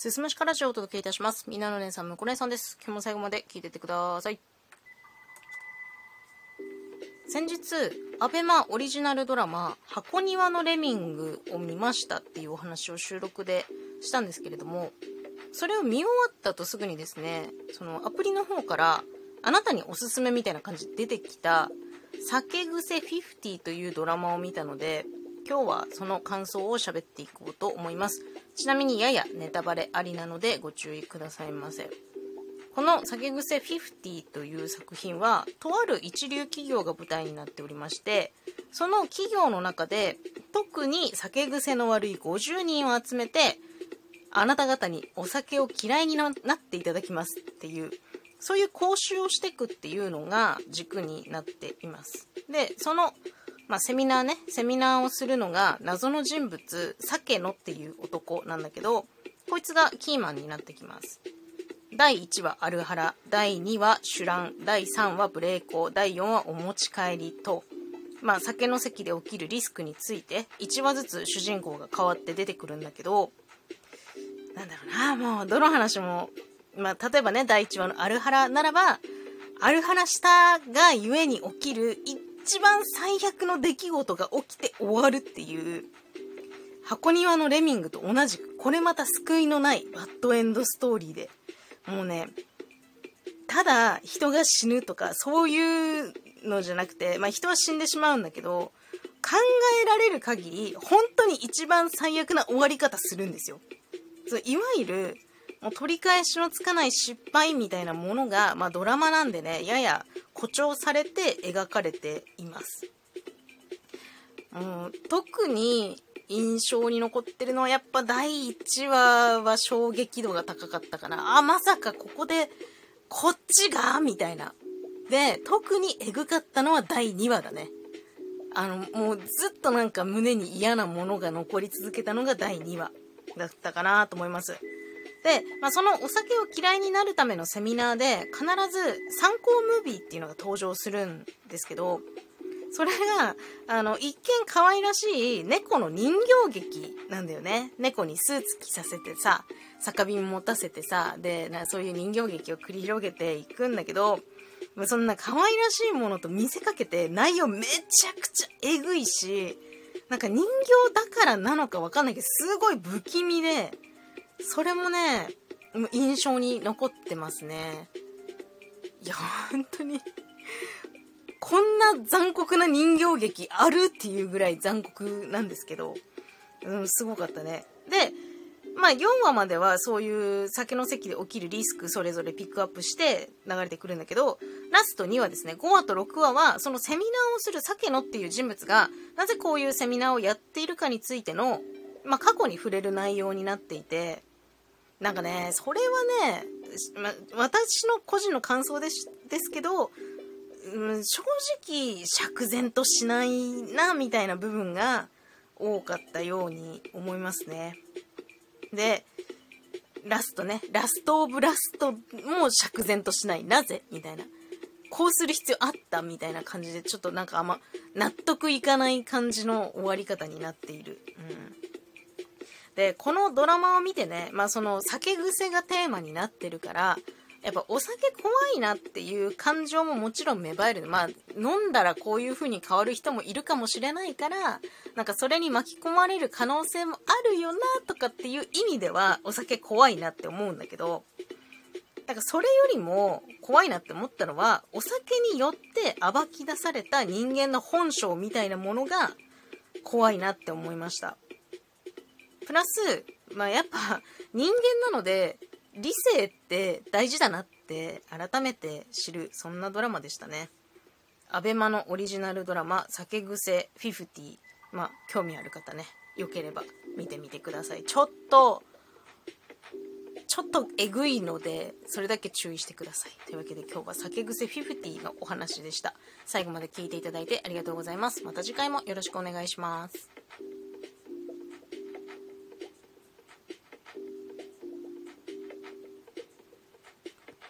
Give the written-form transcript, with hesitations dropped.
すすむしかラジオをお届けいたします。みんなの姉さん、むこ姉さんです。今日も最後まで聞いてってください。先日、アベマオリジナルドラマ、箱庭のレミングを見ましたっていうお話を収録でしたんですけれども、それを見終わったとすぐにですね、そのアプリの方からあなたにおすすめみたいな感じで出てきた酒癖50というドラマを見たので、今日はその感想を喋っていこうと思います。ちなみにややネタバレありなのでご注意くださいませ。この酒癖50という作品はとある一流企業が舞台になっておりまして、その企業の中で特に酒癖の悪い50人を集めて、あなた方にお酒を嫌いになっていただきますっていう、そういう講習をしていくっていうのが軸になっています。で、そのセミナーをするのが謎の人物、酒野っていう男なんだけど、こいつがキーマンになってきます。第1話アルハラ、第2話酒乱、第3話ブレイコ、第4話お持ち帰りと、酒の席で起きるリスクについて1話ずつ主人公が変わって出てくるんだけど、なんだろうな、もうどの話も、例えばね、第1話のアルハラならば、アルハラしたがゆえに起きる一番最悪の出来事が起きて終わるっていう、箱庭のレミングと同じく、これまた救いのないバッドエンドストーリーで、もうね、ただ人が死ぬとかそういうのじゃなくて、人は死んでしまうんだけど、考えられる限り本当に一番最悪な終わり方するんですよ。いわゆるもう取り返しのつかない失敗みたいなものが、ドラマなんでね、やや誇張されて描かれています。特に印象に残ってるのはやっぱ第1話は衝撃度が高かったかな。まさかここでこっちがみたいな。で、特にエグかったのは第2話だね。もうずっとなんか胸に嫌なものが残り続けたのが第2話だったかなと思います。で、そのお酒を嫌いになるためのセミナーで必ず参考ムービーっていうのが登場するんですけど、それが一見可愛らしい猫の人形劇なんだよね。猫にスーツ着させてさ、酒瓶持たせてさ、でそういう人形劇を繰り広げていくんだけど、そんな可愛らしいものと見せかけて内容めちゃくちゃえぐいし、なんか人形だからなのかわかんないけどすごい不気味で、それもね印象に残ってますね。いや本当にこんな残酷な人形劇あるっていうぐらい残酷なんですけど、すごかったね。で、4話まではそういう酒の席で起きるリスクそれぞれピックアップして流れてくるんだけど、ラスト2話ですね、5話と6話はそのセミナーをする酒野っていう人物がなぜこういうセミナーをやっているかについての、過去に触れる内容になっていて、なんかね、それはね、私の個人の感想ですけど、正直釈然としないなみたいな部分が多かったように思いますね。で、ラストオブラストも釈然としない。なぜみたいな。こうする必要あったみたいな感じで、ちょっとなんかあんま納得いかない感じの終わり方になっている。で、このドラマを見てね、その酒癖がテーマになってるから、やっぱお酒怖いなっていう感情ももちろん芽生える。飲んだらこういう風に変わる人もいるかもしれないから、なんかそれに巻き込まれる可能性もあるよなとかっていう意味ではお酒怖いなって思うんだけど、なんかそれよりも怖いなって思ったのは、お酒によって暴き出された人間の本性みたいなものが怖いなって思いました。プラス、やっぱ人間なので理性って大事だなって改めて知る、そんなドラマでしたね。アベマのオリジナルドラマ酒癖50、興味ある方ね、よければ見てみてください。ちょっとえぐいのでそれだけ注意してください。というわけで今日は酒癖50のお話でした。最後まで聞いていただいてありがとうございます。また次回もよろしくお願いします。